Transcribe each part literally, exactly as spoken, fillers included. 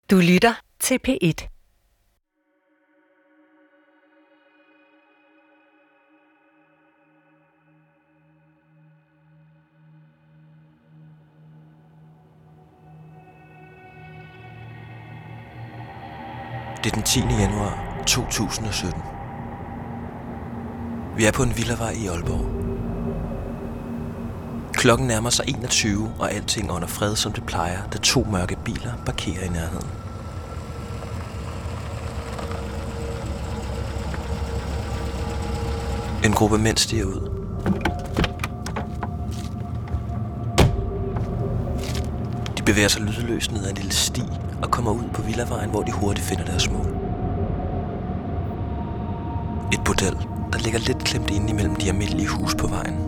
Du lytter til P et. Det er den tiende januar to tusind og sytten. Vi er på en villavej i Aalborg. Klokken nærmer sig enogtyve, og alting under fred, som det plejer, da to mørke biler parkerer i nærheden. En gruppe mænd stiger ud. De bevæger sig lydløst ned ad en lille sti og kommer ud på villavejen, hvor de hurtigt finder deres mål. Et bordel, der ligger lidt klemt inde imellem de almindelige huse på vejen.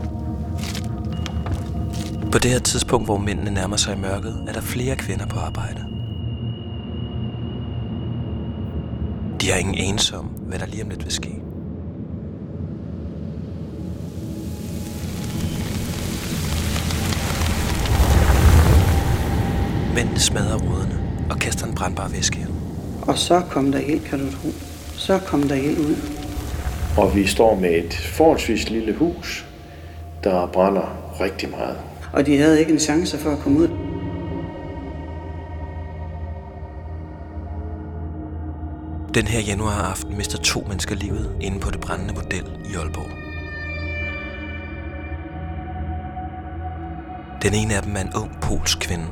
På det her tidspunkt, hvor mændene nærmer sig i mørket, er der flere kvinder på arbejde. De har ingen anelse om, hvad der lige om lidt vil ske. Mændene smadrer ruderne og kaster en brandbar væske ind. Og så kom der ild, kan du tro. Så kom der ild ud. Og vi står med et forholdsvis lille hus, der brænder rigtig meget. Og de havde ikke en chance for at komme ud. Den her januaraften mister to mennesker livet inde på det brændende bordel i Aalborg. Den ene af dem er en ung polsk kvinde.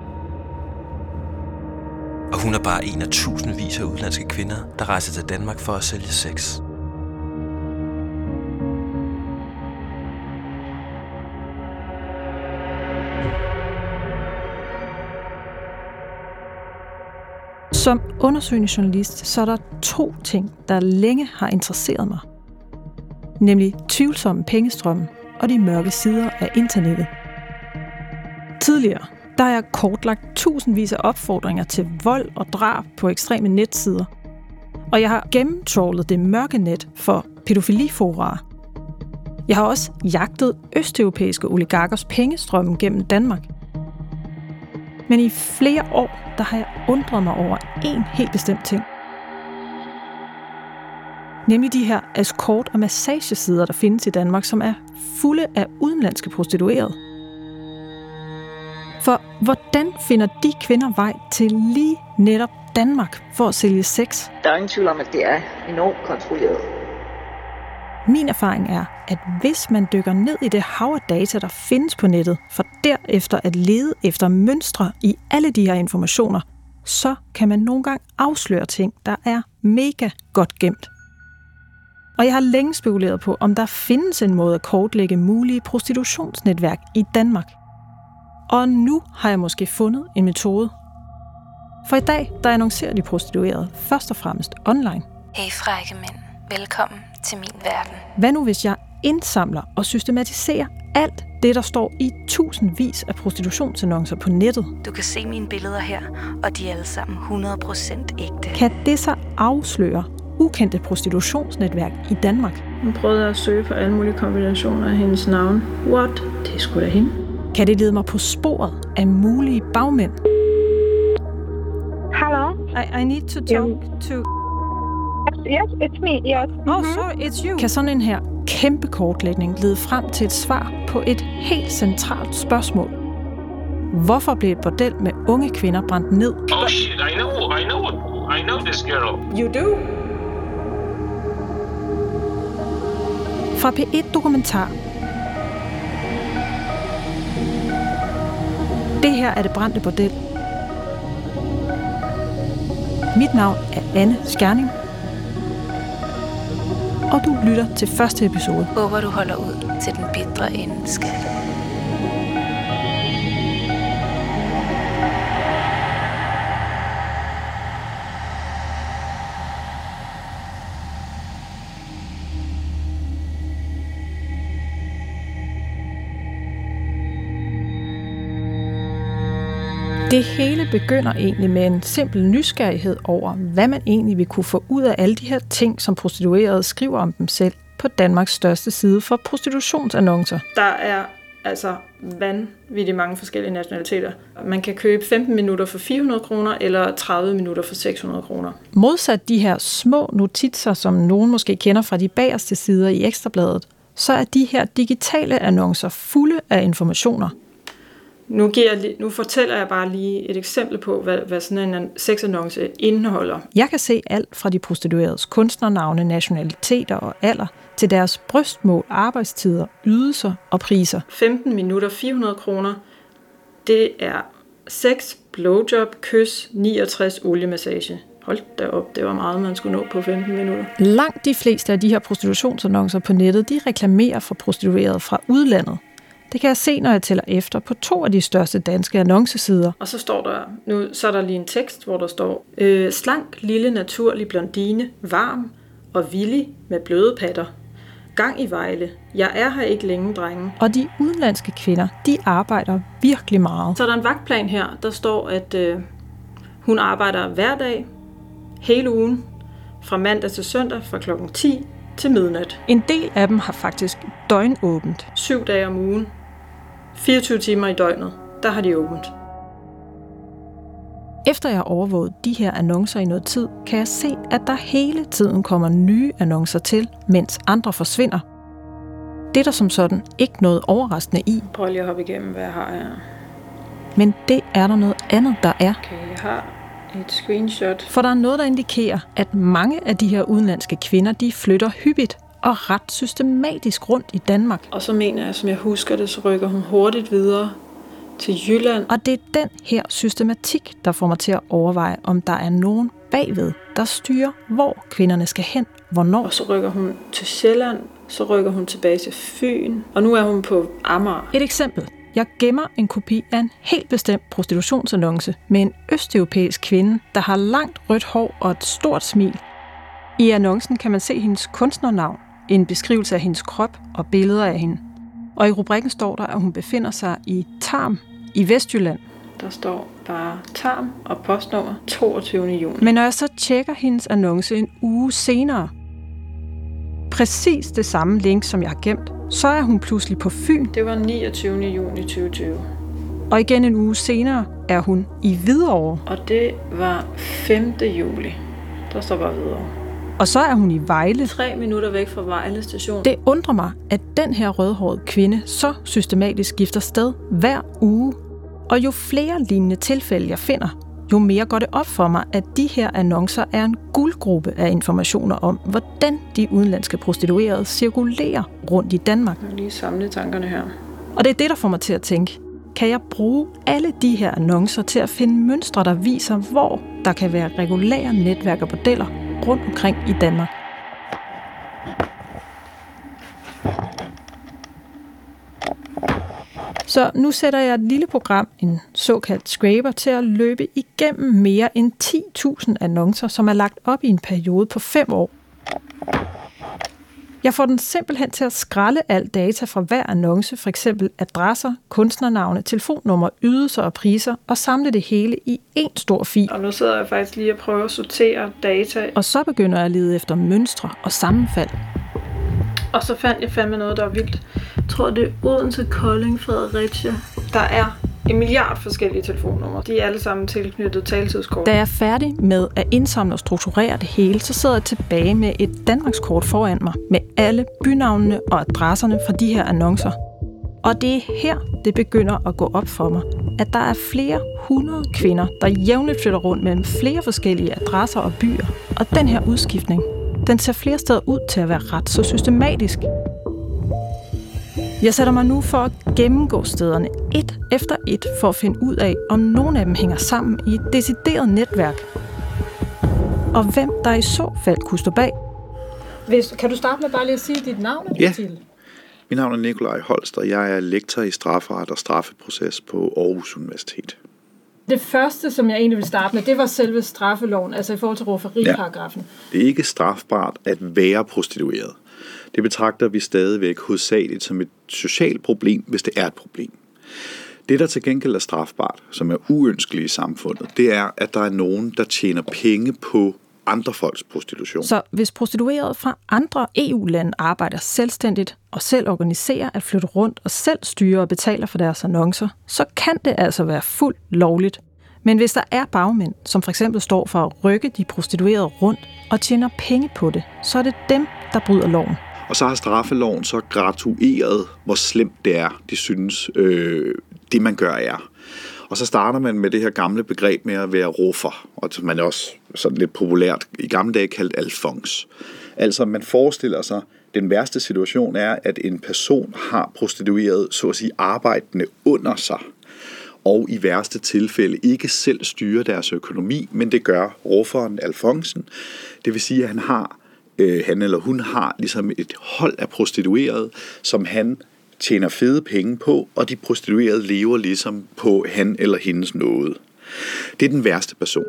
Og hun er bare en af tusindvis af udenlandske kvinder, der rejser til Danmark for at sælge sex. Som undersøgende journalist, så er der to ting, der længe har interesseret mig. Nemlig tvivlsomme pengestrømme og de mørke sider af internettet. Tidligere, der har jeg kortlagt tusindvis af opfordringer til vold og drab på ekstreme netsider. Og jeg har gennemtrawlet det mørke net for pædofiliforarer. Jeg har også jagtet østeuropæiske oligarkers pengestrømme gennem Danmark. Men i flere år, der har jeg undret mig over en helt bestemt ting. Nemlig de her escort- og massagesider, der findes i Danmark, som er fulde af udenlandske prostituerede. For hvordan finder de kvinder vej til lige netop Danmark for at sælge sex? Der er ingen tvivl om, at det er enormt kontrolleret. Min erfaring er, at hvis man dykker ned i det hav af data, der findes på nettet, for derefter at lede efter mønstre i alle de her informationer, så kan man nogle gange afsløre ting, der er mega godt gemt. Og jeg har længe spekuleret på, om der findes en måde at kortlægge mulige prostitutionsnetværk i Danmark. Og nu har jeg måske fundet en metode. For i dag, der annoncerer de prostituerede først og fremmest online. Hey frække mænd, velkommen til min verden. Hvad nu hvis jeg indsamler og systematiserer alt det, der står i tusindvis af prostitutionsannoncer på nettet? Du kan se mine billeder her, og de er alle sammen hundrede procent ægte. Kan det så afsløre ukendte prostitutionsnetværk i Danmark? Hun prøvede at søge på alle mulige kombinationer af hendes navn. What? Det er sgu da hende. Kan det lede mig på sporet af mulige bagmænd? Hello? I, I need to talk yeah. to... Yes, it's me, yes. Oh, mm-hmm. sorry, it's you. Kan sådan en her kæmpe kortlægning lede frem til et svar på et helt centralt spørgsmål? Hvorfor blev et bordel med unge kvinder brændt ned? Oh shit, I know, I know, I know this girl. You do? Fra P et Dokumentar. Det her er det brændte bordel. Mit navn er Anne Skjerning. Og du lytter til første episode. Håber du holder ud til den bitre ende, skat. Det hele begynder egentlig med en simpel nysgerrighed over, hvad man egentlig vil kunne få ud af alle de her ting, som prostituerede skriver om dem selv på Danmarks største side for prostitutionsannoncer. Der er altså vanvittigt mange forskellige nationaliteter. Man kan købe femten minutter for fire hundrede kroner, eller tredive minutter for seks hundrede kroner. Modsat de her små notitser, som nogen måske kender fra de bagerste sider i Ekstrabladet, så er de her digitale annoncer fulde af informationer. Nu, giver jeg, nu fortæller jeg bare lige et eksempel på, hvad, hvad sådan en sexannonce indeholder. Jeg kan se alt fra de prostitueredes kunstnernavne, nationaliteter og alder, til deres brystmål, arbejdstider, ydelser og priser. femten minutter, fire hundrede kroner. Det er sex, blowjob, kys, niogtres oliemassage. Hold da op, det var meget, man skulle nå på femten minutter. Langt de fleste af de her prostitutionsannoncer på nettet, de reklamerer for prostituerede fra udlandet. Det kan jeg se, når jeg tæller efter på to af de største danske annoncesider. Og så står der, nu så er der lige en tekst, hvor der står, øh, slank, lille, naturlig blondine, varm og villig med bløde patter. Gang i Vejle. Jeg er her ikke længe, drenge. Og de udenlandske kvinder, de arbejder virkelig meget. Så er der en vagtplan her, der står, at øh, hun arbejder hver dag, hele ugen, fra mandag til søndag, fra klokken ti til midnat. En del af dem har faktisk døgnåbent. Syv dage om ugen. fireogtyve timer i døgnet. Der har de åbent. Efter jeg har overvåget de her annoncer i noget tid, kan jeg se, at der hele tiden kommer nye annoncer til, mens andre forsvinder. Det er der som sådan ikke noget overraskende i. Prøv lige at hoppe igennem, hvad jeg har her. Men det er der noget andet, der er. Okay, jeg har et screenshot. For der er noget, der indikerer, at mange af de her udenlandske kvinder, de flytter hyppigt og ret systematisk rundt i Danmark. Og så mener jeg, som jeg husker det, så rykker hun hurtigt videre til Jylland. Og det er den her systematik, der får mig til at overveje, om der er nogen bagved, der styrer, hvor kvinderne skal hen, hvornår. Og så rykker hun til Sjælland, så rykker hun tilbage til Fyn, og nu er hun på Amager. Et eksempel. Jeg gemmer en kopi af en helt bestemt prostitutionsannonce med en østeuropæisk kvinde, der har langt rødt hår og et stort smil. I annoncen kan man se hendes kunstnernavn, en beskrivelse af hendes krop og billeder af hende. Og i rubrikken står der, at hun befinder sig i Tarm i Vestjylland. Der står bare Tarm og postnummer toogtyvende juni. Men når jeg så tjekker hendes annonce en uge senere, præcis det samme link, som jeg har gemt, så er hun pludselig på Fyn. Det var niogtyvende juni tyve tyve. Og igen en uge senere er hun i Hvidovre. Og det var femte juli. Der står bare Hvidovre. Og så er hun i Vejle. Tre minutter væk fra Vejle station. Det undrer mig, at den her rødhårede kvinde så systematisk skifter sted hver uge. Og jo flere lignende tilfælde jeg finder, jo mere går det op for mig, at de her annoncer er en guldgruppe af informationer om, hvordan de udenlandske prostituerede cirkulerer rundt i Danmark. Jeg vil lige samle tankerne her. Og det er det, der får mig til at tænke, kan jeg bruge alle de her annoncer til at finde mønstre, der viser, hvor der kan være regulære netværk og bordeller rundt omkring i Danmark? Så nu sætter jeg et lille program, en såkaldt scraper, til at løbe igennem mere end ti tusind annoncer, som er lagt op i en periode på fem år. Jeg får den simpelthen til at skralde alt data fra hver annonce, for eksempel adresser, kunstnernavne, telefonnummer, ydelser og priser, og samle det hele i én stor fil. Og nu sidder jeg faktisk lige og prøver at sortere data. Og så begynder jeg at lede efter mønstre og sammenfald. Og så fandt jeg fandme noget, der var vildt. Jeg tror, det er Odense, Kolding, Fredericia. Der er en milliard forskellige telefonnumre. De er alle sammen tilknyttet taletidskort. Da jeg er færdig med at indsamle og strukturere det hele, så sidder jeg tilbage med et Danmarkskort foran mig, med alle bynavnene og adresserne fra de her annoncer. Og det er her, det begynder at gå op for mig, at der er flere hundrede kvinder, der jævnligt flytter rundt mellem flere forskellige adresser og byer. Og den her udskiftning, den ser flere steder ud til at være ret så systematisk. Jeg sætter mig nu for at gennemgå stederne et efter et for at finde ud af, om nogle af dem hænger sammen i et decideret netværk. Og hvem der i så fald kunne stå bag. Hvis, kan du starte med bare lige at sige dit navn og ja. titel? Mit navn er Nikolaj Holst, og jeg er lektor i strafferet og straffeproces på Aarhus Universitet. Det første, som jeg egentlig vil starte med, det var selve straffeloven, altså i forhold til rufferiparagrafen. Ja. Det er ikke strafbart at være prostitueret. Det betragter vi stadigvæk hovedsageligt som et socialt problem, hvis det er et problem. Det, der til gengæld er strafbart, som er uønskeligt i samfundet, det er, at der er nogen, der tjener penge på andre folks prostitution. Så hvis prostituerede fra andre E U-lande arbejder selvstændigt og selv organiserer at flytte rundt og selv styrer og betaler for deres annoncer, så kan det altså være fuldt lovligt. Men hvis der er bagmænd, som for eksempel står for at rykke de prostituerede rundt og tjener penge på det, så er det dem, der bryder loven. Og så har straffeloven så gradueret, hvor slemt det er, de synes, øh, det man gør er. Og så starter man med det her gamle begreb med at være ruffer, og som man også sådan lidt populært i gamle dage kaldt alfons. Altså man forestiller sig, den værste situation er, at en person har prostitueret, så at sige, arbejdende under sig, og i værste tilfælde ikke selv styrer deres økonomi, men det gør rufferen, alfonsen. Det vil sige, at han har øh, han eller hun har ligesom et hold af prostituerede, som han tjener fede penge på, og de prostituerede lever ligesom på han eller hendes nåde. Det er den værste person.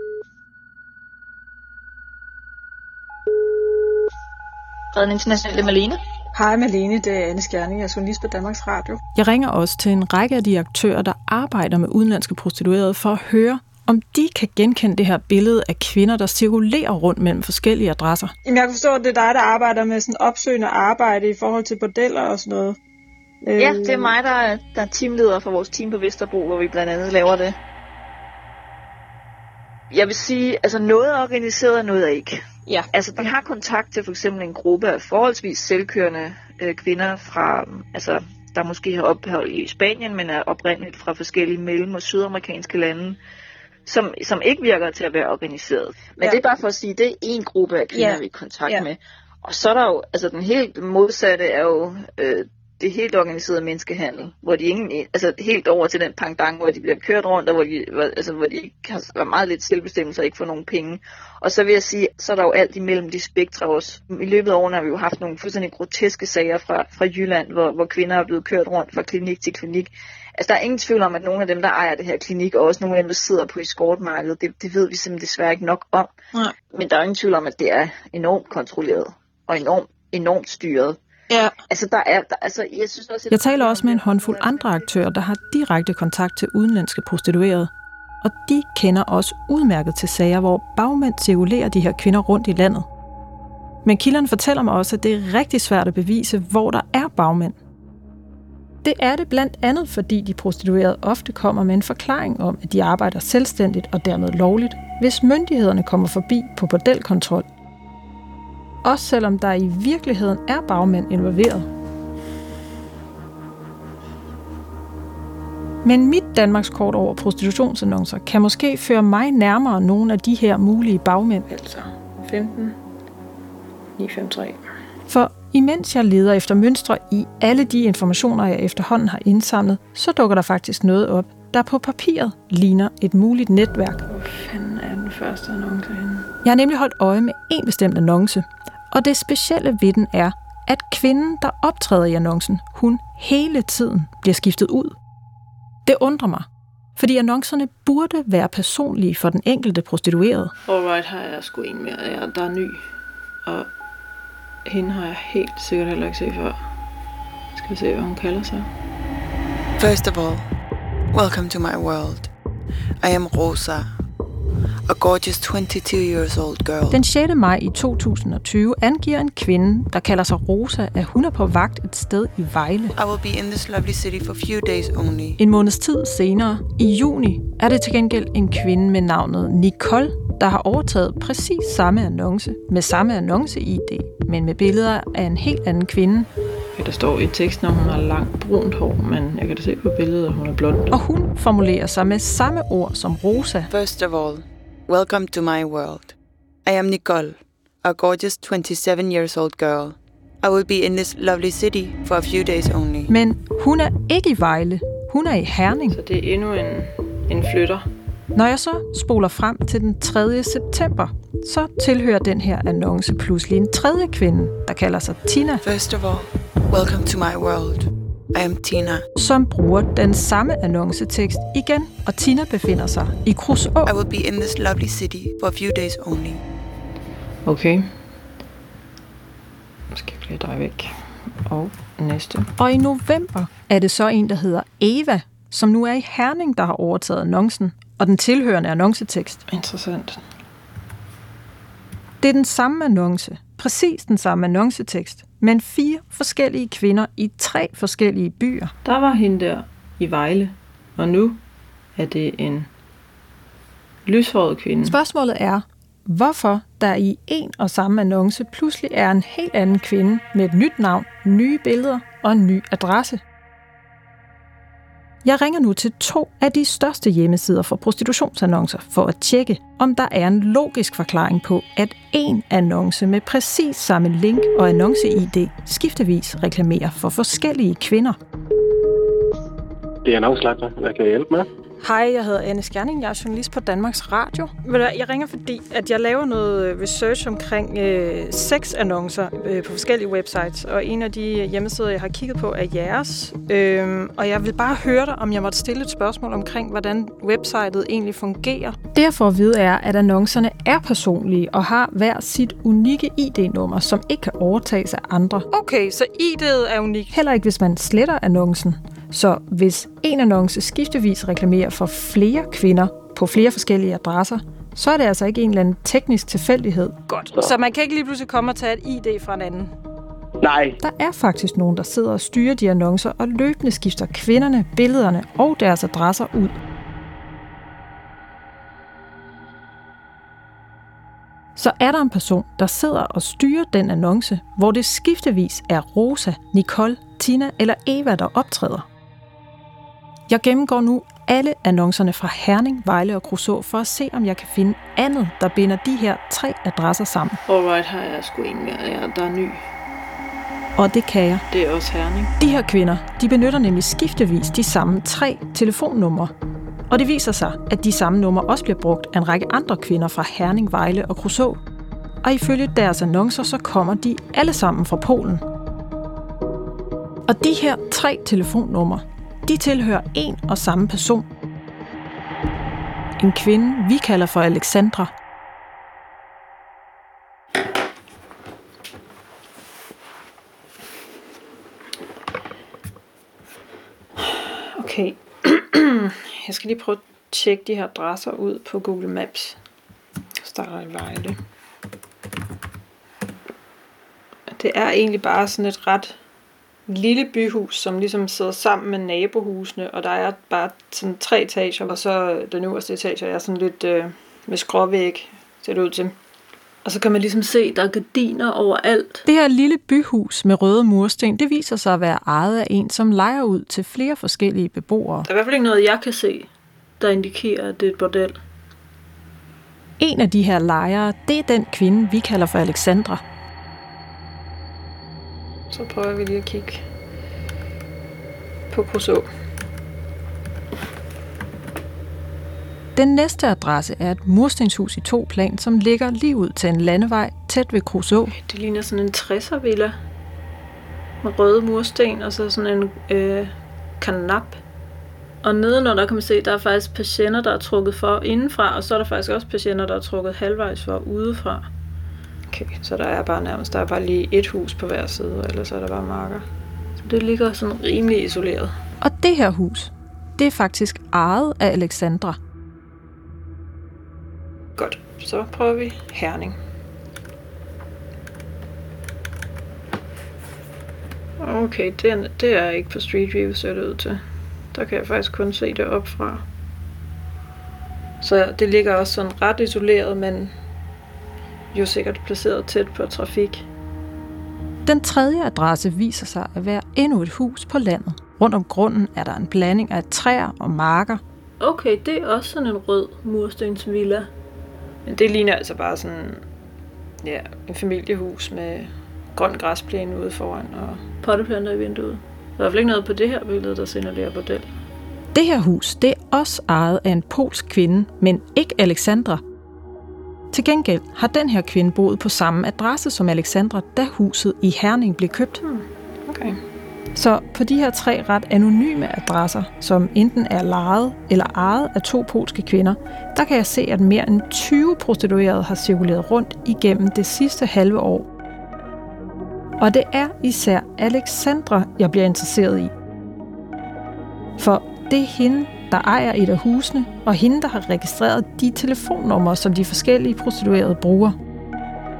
Redden Internationale, Malene. Hej Malene, det er Anne Skjerning, jeg er journalist på Danmarks Radio. Jeg ringer også til en række af de aktører, der arbejder med udenlandske prostituerede, for at høre, om de kan genkende det her billede af kvinder, der cirkulerer rundt mellem forskellige adresser. Jamen, jeg kan forstå, at det er dig, der arbejder med sådan opsøgende arbejde i forhold til bordeller og sådan noget. Ja, det er mig, der er, der er teamleder for vores team på Vesterbro, hvor vi blandt andet laver det. Jeg vil sige, altså noget er organiseret, og noget er ikke. Ja. Altså, vi har kontakt til for eksempel en gruppe af forholdsvis selvkørende øh, kvinder fra, altså, der måske har ophold i Spanien, men er oprindeligt fra forskellige mellem- og sydamerikanske lande, som, som ikke virker til at være organiseret. Men ja. Det er bare for at sige, det er en gruppe af kvinder, ja. Vi er i kontakt ja. Med. Og så er der jo, altså den helt modsatte er jo øh, det helt organiserede menneskehandel, hvor de ingen, altså helt over til den pendant, hvor de bliver kørt rundt, og hvor de, altså, hvor de ikke har meget lidt selvbestemmelse og ikke får nogen penge. Og så vil jeg sige, så er der jo alt imellem de spektre også. I løbet af årene har vi jo haft nogle fuldstændig groteske sager fra, fra Jylland, hvor, hvor kvinder er blevet kørt rundt fra klinik til klinik. Altså, der er ingen tvivl om, at nogle af dem, der ejer det her klinik, og også nogle af dem, der sidder på escortmarkedet, det, det ved vi simpelthen desværre ikke nok om. Nej. Men der er ingen tvivl om, at det er enormt kontrolleret og enormt, enormt styret. Ja. Altså, der er, der, altså, jeg synes også... Jeg taler også med en håndfuld andre aktører, der har direkte kontakt til udenlandske prostituerede. Og de kender også udmærket til sager, hvor bagmænd cirkulerer de her kvinder rundt i landet. Men kilderne fortæller mig også, at det er rigtig svært at bevise, hvor der er bagmænd. Det er det blandt andet, fordi de prostituerede ofte kommer med en forklaring om, at de arbejder selvstændigt og dermed lovligt, hvis myndighederne kommer forbi på bordelkontrol. Også selvom der i virkeligheden er bagmænd involveret. Men mit Danmarks kort over prostitutionsannoncer kan måske føre mig nærmere nogle af de her mulige bagmænd. Altså femten ni fem tre. For imens jeg leder efter mønstre i alle de informationer, jeg efterhånden har indsamlet, så dukker der faktisk noget op, der på papiret ligner et muligt netværk. Hvor fanden er den første annonce henne? Jeg har nemlig holdt øje med en bestemt annonce, og det specielle ved den er, at kvinden, der optræder i annoncen, hun hele tiden bliver skiftet ud. Det undrer mig, fordi annoncerne burde være personlige for den enkelte prostituerede. Alright, har jeg sgu en mere, ja, der er ny, og hende har jeg helt sikkert heller ikke set før. Skal vi se, hvad hun kalder sig? First of all, welcome to my world. I am Rosa, a gorgeous twenty-two years old girl. Den sjette maj i to tusind og tyve angiver en kvinde, der kalder sig Rosa, at hun er på vagt et sted i Vejle. I will be in this lovely city for few days only. En måneds tid senere, i juni, er det til gengæld en kvinde med navnet Nicole, der har overtaget præcis samme annonce, med samme annonce-I D, men med billeder af en helt anden kvinde. Ja, der står i teksten, at hun har langt brunt hår, men jeg kan da se på billedet, at hun er blond. Og hun formulerer sig med samme ord som Rosa. First of all, welcome to my world. I am Nicole, a gorgeous twenty-seven years old girl. I will be in this lovely city for a few days only. Men hun er ikke i Vejle. Hun er i Herning. Så det er endnu en, en flytter. Når jeg så spoler frem til den tredje september, så tilhører den her annonce pludselig en tredje kvinde, der kalder sig Tina. First of all, welcome to my world. I am Tina. Som bruger den samme annoncetekst igen, og Tina befinder sig i Kruså. I will be in this lovely city for a few days only. Okay. Skal jeg blive dig væk. Og næste. Og i november er det så en, der hedder Eva, som nu er i Herning, der har overtaget annoncen, og den tilhørende annoncetekst. Interessant. Det er den samme annonce, præcis den samme annoncetekst, men fire forskellige kvinder i tre forskellige byer. Der var hende der i Vejle, og nu er det en lyshåret kvinde. Spørgsmålet er, hvorfor der i en og samme annonce pludselig er en helt anden kvinde med et nyt navn, nye billeder og en ny adresse. Jeg ringer nu til to af de største hjemmesider for prostitutionsannoncer for at tjekke, om der er en logisk forklaring på, at en annonce med præcis samme link og annonce-I D skiftevis reklamerer for forskellige kvinder. Det er annoncelagter. Hvad kan jeg hjælpe med? Hej, jeg hedder Anne Skjerning. Jeg er journalist på Danmarks Radio. Jeg ringer, fordi at jeg laver noget research omkring øh, sexannoncer øh, på forskellige websites, og en af de hjemmesider, jeg har kigget på, er jeres. Øh, og jeg vil bare høre dig, om jeg måtte stille et spørgsmål omkring, hvordan websitet egentlig fungerer. Det jeg får at vide er, at annoncerne er personlige og har hver sit unikke I D-nummer, som ikke kan overtages af andre. Okay, så I D'et er unikt. Heller ikke, hvis man sletter annoncen. Så hvis en annonce skiftevis reklamerer for flere kvinder på flere forskellige adresser, så er det altså ikke en eller anden teknisk tilfældighed. Godt. Så, så man kan ikke lige pludselig komme og tage et I D fra en anden? Nej. Der er faktisk nogen, der sidder og styrer de annoncer og løbende skifter kvinderne, billederne og deres adresser ud. Så er der en person, der sidder og styrer den annonce, hvor det skiftevis er Rosa, Nicole, Tina eller Eva, der optræder. Jeg gennemgår nu alle annoncerne fra Herning, Vejle og Kruså for at se, om jeg kan finde andet, der binder de her tre adresser sammen. Alright, her er jeg sgu en mere. Ja, der er ny. Og det kan jeg. Det er også Herning. De her kvinder, de benytter nemlig skiftevis de samme tre telefonnumre. Og det viser sig, at de samme numre også bliver brugt af en række andre kvinder fra Herning, Vejle og Kruså. Og ifølge deres annoncer, så kommer de alle sammen fra Polen. Og de her tre telefonnumre, de tilhører en og samme person. En kvinde, vi kalder for Alexandra. Okay. Jeg skal lige prøve at tjekke de her adresser ud på Google Maps. Jeg starter i Vejle. Det er egentlig bare sådan et ret lille byhus, som ligesom sidder sammen med nabohusene, og der er bare sådan tre etager, og så den øverste etage er sådan lidt øh, med skråvæg, ser det ud til. Og så kan man ligesom se, der er gardiner overalt. Det her lille byhus med røde mursten, det viser sig at være ejet af en, som lejer ud til flere forskellige beboere. Der er i hvert fald ikke noget, jeg kan se, der indikerer, at det er et bordel. En af de her lejere, det er den kvinde, vi kalder for Alexandra. Så prøver vi lige at kigge på Kruså. Den næste adresse er et murstenshus i to plan, som ligger lige ud til en landevej tæt ved Kruså. Det ligner sådan en tresser-villa med røde mursten og så sådan en øh, kanap. Og nedenunder der kan man se, der er faktisk patienter, der er trukket for indenfra, og så er der faktisk også patienter, der er trukket halvvejs for udefra. Okay, så der er bare nærmest, der er bare lige et hus på hver side, eller så er der bare marker. Så det ligger sådan rimelig isoleret. Og det her hus, det er faktisk ejet af Alexandra. Godt, så prøver vi Herning. Okay, det er, det er ikke på Street View, ser det ud til. Der kan jeg faktisk kun se det opfra. Så det ligger også sådan ret isoleret, men jo sikkert placeret tæt på trafik. Den tredje adresse viser sig at være endnu et hus på landet. Rundt om grunden er der en blanding af træer og marker. Okay, det er også sådan en rød murstensvilla. Men det ligner altså bare sådan ja, en familiehus med grøn græsplæne ude foran og potteplanter i vinduet. Der er i hvert fald ikke noget på det her billede, der signalerer bordel. Det her hus, det er også ejet af en polsk kvinde, men ikke Alexandra. Til gengæld har den her kvinde boet på samme adresse som Alexandra, da huset i Herning blev købt. Hmm. Okay. Så på de her tre ret anonyme adresser, som enten er lejet eller ejet af to polske kvinder, der kan jeg se, at mere end tyve prostituerede har cirkuleret rundt igennem det sidste halve år. Og det er især Alexandra, jeg bliver interesseret i. For det er hende, der ejer et af husene, og hende, der har registreret de telefonnumre, som de forskellige prostituerede bruger.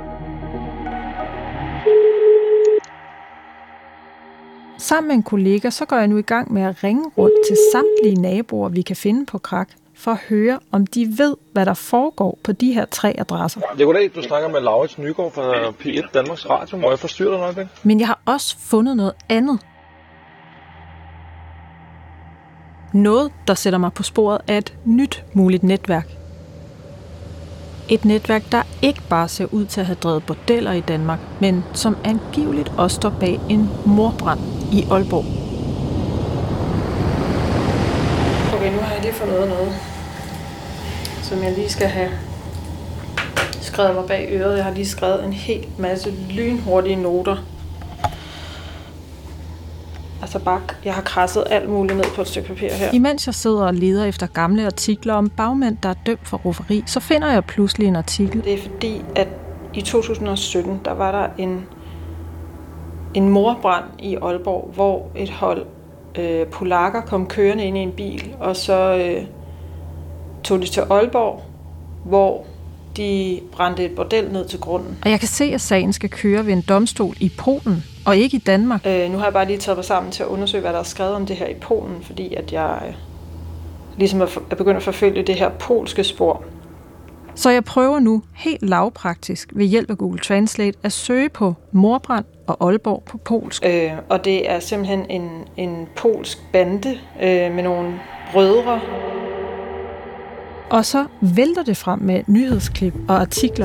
sammen med en kollega, så går jeg nu i gang med at ringe rundt til samtlige naboer, vi kan finde på Krak, for at høre, om de ved, hvad der foregår på de her tre adresser. Det er goddag, du snakker med Laurits Nygaard fra P et Danmarks Radio. Må jeg forstyrre dig nok, ikke? Men jeg har også fundet noget andet. Noget, der sætter mig på sporet af et nyt muligt netværk. Et netværk, der ikke bare ser ud til at have drevet bordeller i Danmark, men som angiveligt også står bag en mordbrand i Aalborg. Okay, nu har jeg lige fundet noget, som jeg lige skal have skrevet mig bag øret. Jeg har lige skrevet en hel masse lynhurtige noter. Altså bare, jeg har krasset alt muligt ned på et stykke papir her. Imens jeg sidder og leder efter gamle artikler om bagmænd, der er dømt for rufferi, så finder jeg pludselig en artikel. Det er fordi, at i to tusind og sytten, der var der en, en mordbrand i Aalborg, hvor et hold øh, polakker kom kørende ind i en bil, og så øh, tog de til Aalborg, hvor de brændte et bordel ned til grunden. Og jeg kan se, at sagen skal køre ved en domstol i Polen, og ikke i Danmark. Øh, nu har jeg bare lige taget mig sammen til at undersøge, hvad der er skrevet om det her i Polen, fordi at jeg øh, ligesom er, er begyndt at forfølge det her polske spor. Så jeg prøver nu helt lavpraktisk ved hjælp af Google Translate at søge på mordbrand og Aalborg på polsk. Øh, og det er simpelthen en, en polsk bande øh, med nogle brødre. Og så vælter det frem med nyhedsklip og artikler.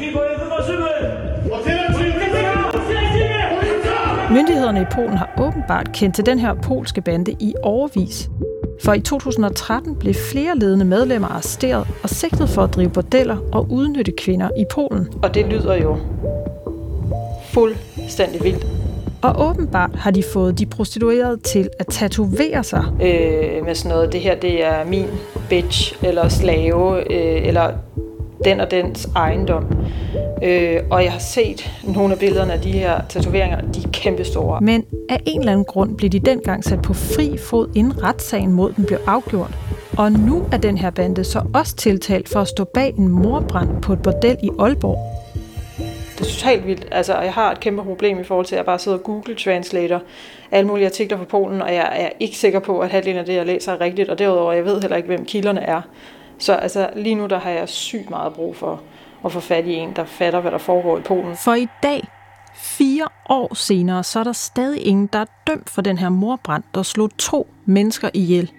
Myndighederne i Polen har åbenbart kendt til den her polske bande i årevis. For i to tusind og tretten blev flere ledende medlemmer arresteret og sigtet for at drive bordeller og udnytte kvinder i Polen. Og det lyder jo fuldstændig vildt. Og åbenbart har de fået de prostituerede til at tatovere sig. Øh, med sådan noget, det her det er min bitch, eller slave, øh, eller den og dens ejendom. Øh, og jeg har set nogle af billederne af de her tatoveringer, de er kæmpestore. Men af en eller anden grund blev de dengang sat på fri fod, inden retssagen mod dem blev afgjort. Og nu er den her bande så også tiltalt for at stå bag en mordbrand på et bordel i Aalborg. Det er totalt vildt. Altså, jeg har et kæmpe problem i forhold til, at jeg bare sidder og Google Translator alle mulige artikler fra Polen, og jeg er ikke sikker på, at halvdelen af det, jeg læser, er rigtigt, og derudover, jeg ved heller ikke, hvem kilderne er. Så altså, lige nu der har jeg sygt meget brug for at få fat i en, der fatter, hvad der foregår i Polen. For i dag, fire år senere, så er der stadig ingen, der er dømt for den her mordbrand, der slog to mennesker ihjel.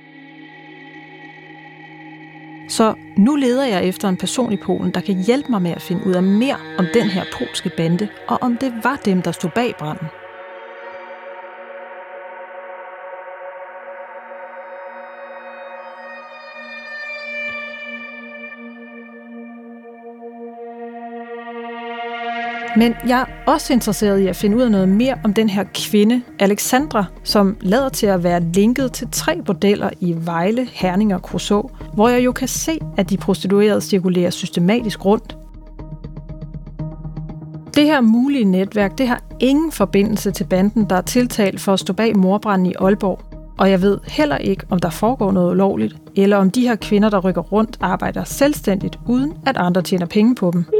Så nu leder jeg efter en person i Polen, der kan hjælpe mig med at finde ud af mere om den her polske bande, og om det var dem, der stod bag branden. Men jeg er også interesseret i at finde ud af noget mere om den her kvinde, Alexandra, som lader til at være linket til tre bordeller i Vejle, Herning og Kruså, hvor jeg jo kan se, at de prostituerede cirkulerer systematisk rundt. Det her mulige netværk, det har ingen forbindelse til banden, der er tiltalt for at stå bag mordbranden i Aalborg. Og jeg ved heller ikke, om der foregår noget ulovligt, eller om de her kvinder, der rykker rundt, arbejder selvstændigt, uden at andre tjener penge på dem.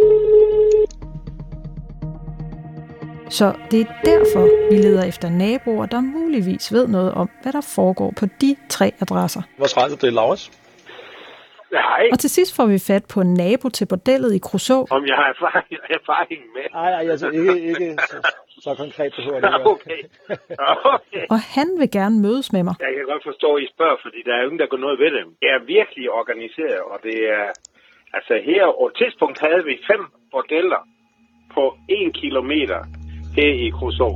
Så det er derfor, vi leder efter naboer, der muligvis ved noget om, hvad der foregår på de tre adresser. Vores radio, det er Laurits. Nej. Og til sidst får vi fat på en nabo til bordellet i Kruså. Om jeg har erfaring, erfaring med. Nej, nej, altså ikke, ikke så, så konkret på det. Okay. Okay. Og han vil gerne mødes med mig. Jeg kan godt forstå, at I spørger, fordi der er jo ingen, der går noget ved dem. Jeg er virkelig organiseret, og det er... Altså her, på et tidspunkt havde vi fem bordeller på en kilometer her i Kruså.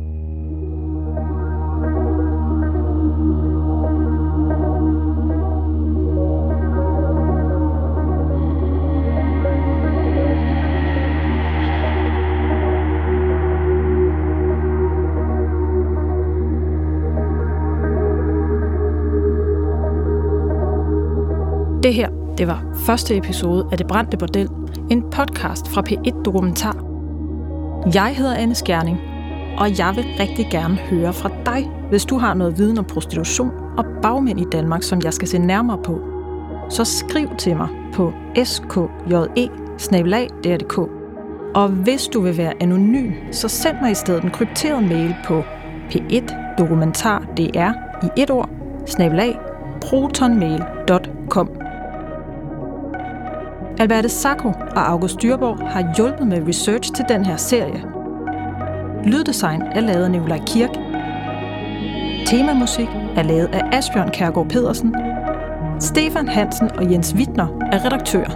Det her, det var første episode af Det Brændte Bordel, en podcast fra P et Dokumentar. Jeg hedder Anne Skjerning, og jeg vil rigtig gerne høre fra dig, hvis du har noget viden om prostitution og bagmænd i Danmark, som jeg skal se nærmere på. Så skriv til mig på s k j e bindestreg d r punktum d k. Og hvis du vil være anonym, så send mig i stedet en krypteret mail på p p et dokumentar d r i et ord, snabel-a, protonmail punktum com. Alberte Sacco og August Dyrborg har hjulpet med research til den her serie. Lyddesign er lavet af Nikolaj Kirk. Temamusik er lavet af Asbjørn Kjærgaard Pedersen. Stefan Hansen og Jens Wittner er redaktører.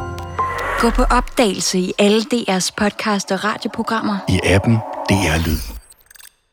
Gå på opdagelse i alle D R's podcast og radioprogrammer. I appen D R Lyd.